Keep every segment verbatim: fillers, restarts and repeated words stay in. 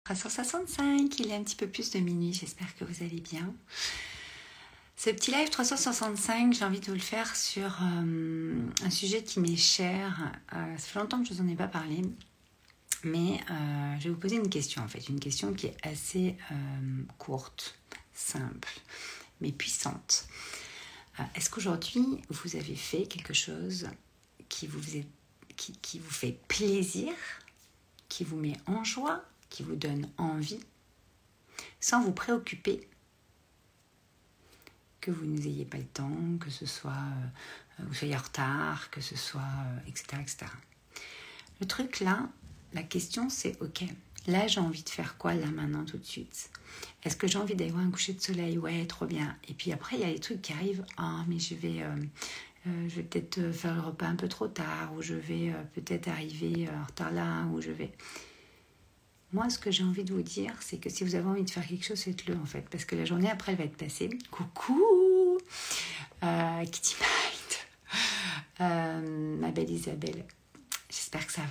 trois cent soixante-cinq, il est un petit peu plus de minuit, j'espère que vous allez bien. Ce petit live trois cent soixante-cinq, j'ai envie de vous le faire sur euh, un sujet qui m'est cher. Euh, ça fait longtemps que je ne vous en ai pas parlé, mais euh, je vais vous poser une question en fait, une question qui est assez euh, courte, simple, mais puissante. Euh, est-ce qu'aujourd'hui, vous avez fait quelque chose qui vous, faisait, qui, qui vous fait plaisir, qui vous met en joie, qui vous donne envie, sans vous préoccuper que vous n'ayez pas le temps, que ce soit euh, vous soyez en retard, que ce soit euh, et cetera, et cetera. Le truc là, la question c'est ok, là j'ai envie de faire quoi là maintenant tout de suite? Est-ce que j'ai envie d'aller voir un coucher de soleil? Ouais, trop bien. Et puis après il y a les trucs qui arrivent. Ah mais je vais euh, euh, je vais peut-être faire le repas un peu trop tard, ou je vais euh, peut-être arriver euh, en retard là, ou je vais. Moi, ce que j'ai envie de vous dire, c'est que si vous avez envie de faire quelque chose, faites-le en fait. Parce que la journée après, elle va être passée. Coucou euh, Kitty Mind euh, ma belle Isabelle. J'espère que ça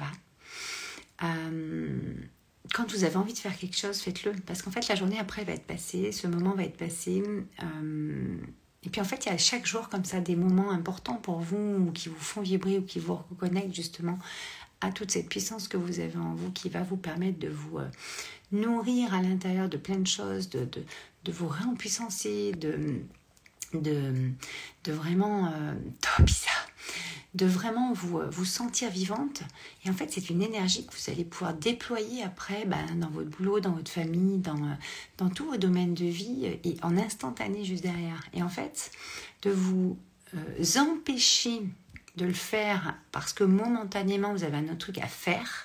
va. Euh, quand vous avez envie de faire quelque chose, faites-le. Parce qu'en fait, la journée après, elle va être passée. Ce moment va être passé. Euh, et puis en fait, il y a chaque jour comme ça des moments importants pour vous, ou qui vous font vibrer, ou qui vous reconnectent justement à toute cette puissance que vous avez en vous, qui va vous permettre de vous euh, nourrir à l'intérieur de plein de choses, de, de, de vous réempuissancer, de, de, de vraiment euh, top, ça, de vraiment vous, vous sentir vivante. Et en fait, c'est une énergie que vous allez pouvoir déployer après ben, dans votre boulot, dans votre famille, dans, dans tous vos domaines de vie, et en instantané juste derrière. Et en fait, de vous euh, empêcher de le faire parce que momentanément vous avez un autre truc à faire,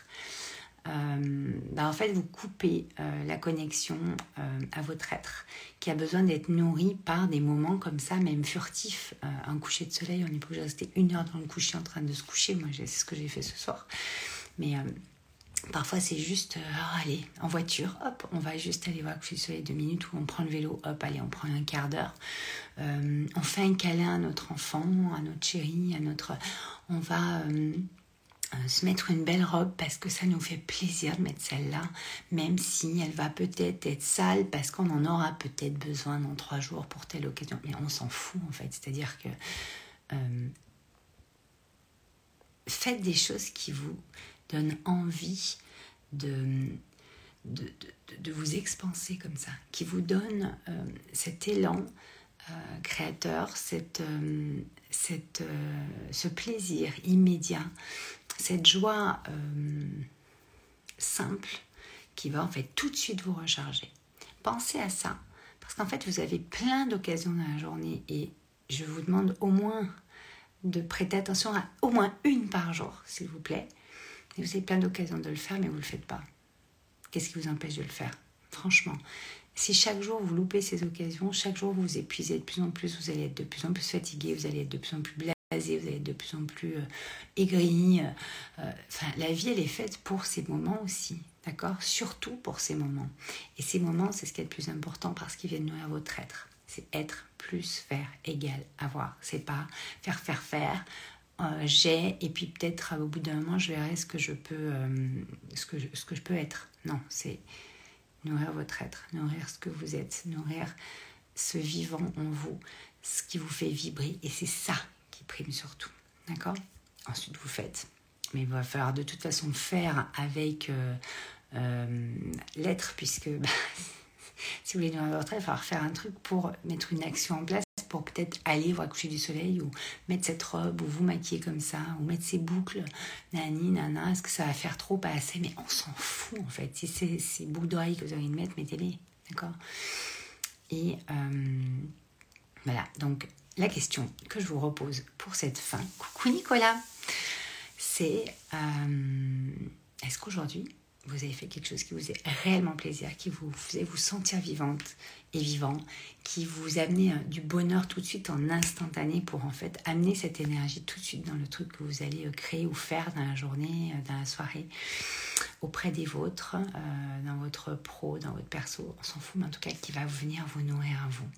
euh, bah en fait vous coupez euh, la connexion euh, à votre être qui a besoin d'être nourri par des moments comme ça, même furtifs. Euh, un coucher de soleil, on n'est pas obligé de rester une heure dans le coucher en train de se coucher. Moi c'est ce que j'ai fait ce soir, mais euh, parfois c'est juste euh, oh, allez en voiture, hop, on va juste aller voir le coucher de soleil deux minutes, ou on prend le vélo, hop, allez on prend un quart d'heure. Euh, on fait un câlin à notre enfant, à notre chérie, à notre... On va euh, euh, se mettre une belle robe parce que ça nous fait plaisir de mettre celle-là, même si elle va peut-être être sale parce qu'on en aura peut-être besoin dans trois jours pour telle occasion. Mais on s'en fout en fait, c'est-à-dire que euh, faites des choses qui vous donnent envie de... De, de, de vous expanser comme ça, qui vous donnent euh, cet élan Euh, créateur, cette, euh, cette, euh, ce plaisir immédiat, cette joie euh, simple qui va en fait tout de suite vous recharger. Pensez à ça, parce qu'en fait vous avez plein d'occasions dans la journée, et je vous demande au moins de prêter attention à au moins une par jour, s'il vous plaît. Et vous avez plein d'occasions de le faire, mais vous ne le faites pas. Qu'est-ce qui vous empêche de le faire? Franchement, si chaque jour vous loupez ces occasions, chaque jour vous vous épuisez de plus en plus, vous allez être de plus en plus fatigué, vous allez être de plus en plus blasé, vous allez être de plus en plus euh, aigri. Euh, enfin, la vie, elle est faite pour ces moments aussi, d'accord? Surtout pour ces moments. Et ces moments, c'est ce qui est le plus important parce qu'ils viennent nourrir votre être. C'est être plus faire égal avoir. C'est pas faire, faire, faire. Euh, j'ai, et puis peut-être au bout d'un moment, je verrai ce que je peux, euh, ce que je, ce que je peux être. Non, c'est nourrir votre être, nourrir ce que vous êtes, nourrir ce vivant en vous, ce qui vous fait vibrer, et c'est ça qui prime surtout, d'accord? Ensuite vous faites, mais il va falloir de toute façon faire avec euh, euh, l'être, puisque bah, si vous voulez nourrir votre être, il va falloir faire un truc pour mettre une action en place, pour peut-être aller voir le coucher du soleil, ou mettre cette robe, ou vous maquiller comme ça, ou mettre ces boucles, nani, nana, est-ce que ça va faire trop, pas assez? Mais on s'en fout en fait. Si c'est ces boucles d'oreilles que vous avez envie de mettre, mettez-les, d'accord? Et euh, voilà, donc la question que je vous repose pour cette fin, coucou Nicolas, c'est euh, est-ce qu'aujourd'hui vous avez fait quelque chose qui vous fait réellement plaisir, qui vous faisait vous sentir vivante et vivant, qui vous amenait du bonheur tout de suite en instantané, pour en fait amener cette énergie tout de suite dans le truc que vous allez créer ou faire dans la journée, dans la soirée, auprès des vôtres, euh, dans votre pro, dans votre perso, on s'en fout, mais en tout cas qui va venir vous nourrir à vous.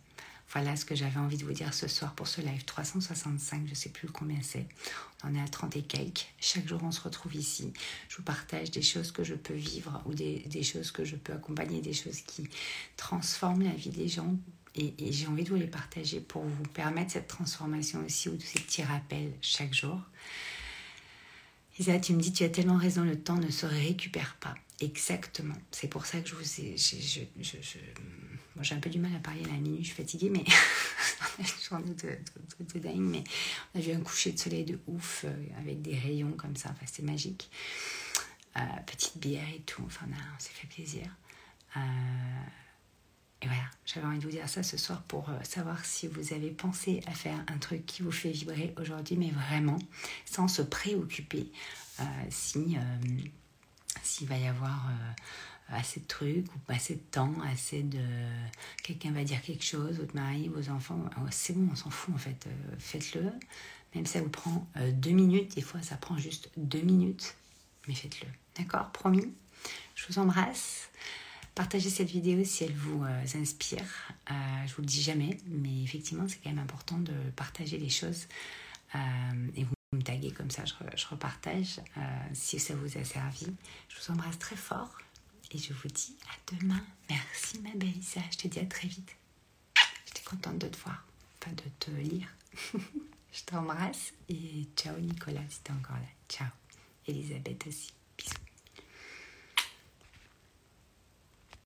Voilà ce que j'avais envie de vous dire ce soir pour ce live trois cent soixante-cinq, je ne sais plus combien c'est. On est à trente et quelques. Chaque jour, on se retrouve ici. Je vous partage des choses que je peux vivre ou des, des choses que je peux accompagner, des choses qui transforment la vie des gens. Et, et j'ai envie de vous les partager pour vous permettre cette transformation aussi, ou ces petits rappels chaque jour. Isa, tu me dis, tu as tellement raison, le temps ne se récupère pas. Exactement. C'est pour ça que je vous ai... Je, je, je, je, bon, j'ai un peu du mal à parler à la minute, je suis fatiguée, mais... journée de, de, de, de dingue, mais on a vu un coucher de soleil de ouf, euh, avec des rayons comme ça, enfin, c'était magique. Euh, petite bière et tout, enfin, on, a, on s'est fait plaisir. Euh, et voilà, j'avais envie de vous dire ça ce soir pour euh, savoir si vous avez pensé à faire un truc qui vous fait vibrer aujourd'hui, mais vraiment, sans se préoccuper euh, si... Euh, s'il va y avoir euh, assez de trucs ou assez de temps, assez de... Quelqu'un va dire quelque chose, votre mari, vos enfants, oh, c'est bon, on s'en fout en fait, euh, faites-le. Même si ça vous prend euh, deux minutes, des fois ça prend juste deux minutes, mais faites-le. D'accord, promis. Je vous embrasse. Partagez cette vidéo si elle vous euh, inspire. Euh, je vous le dis jamais, mais effectivement c'est quand même important de partager les choses euh, et vous me taguez comme ça, je, re, je repartage euh, si ça vous a servi. Je vous embrasse très fort et je vous dis à demain. Merci ma belle Isa, je te dis à très vite. J'étais contente de te voir, enfin de te lire. Je t'embrasse et ciao Nicolas si t'es encore là. Ciao. Elisabeth aussi.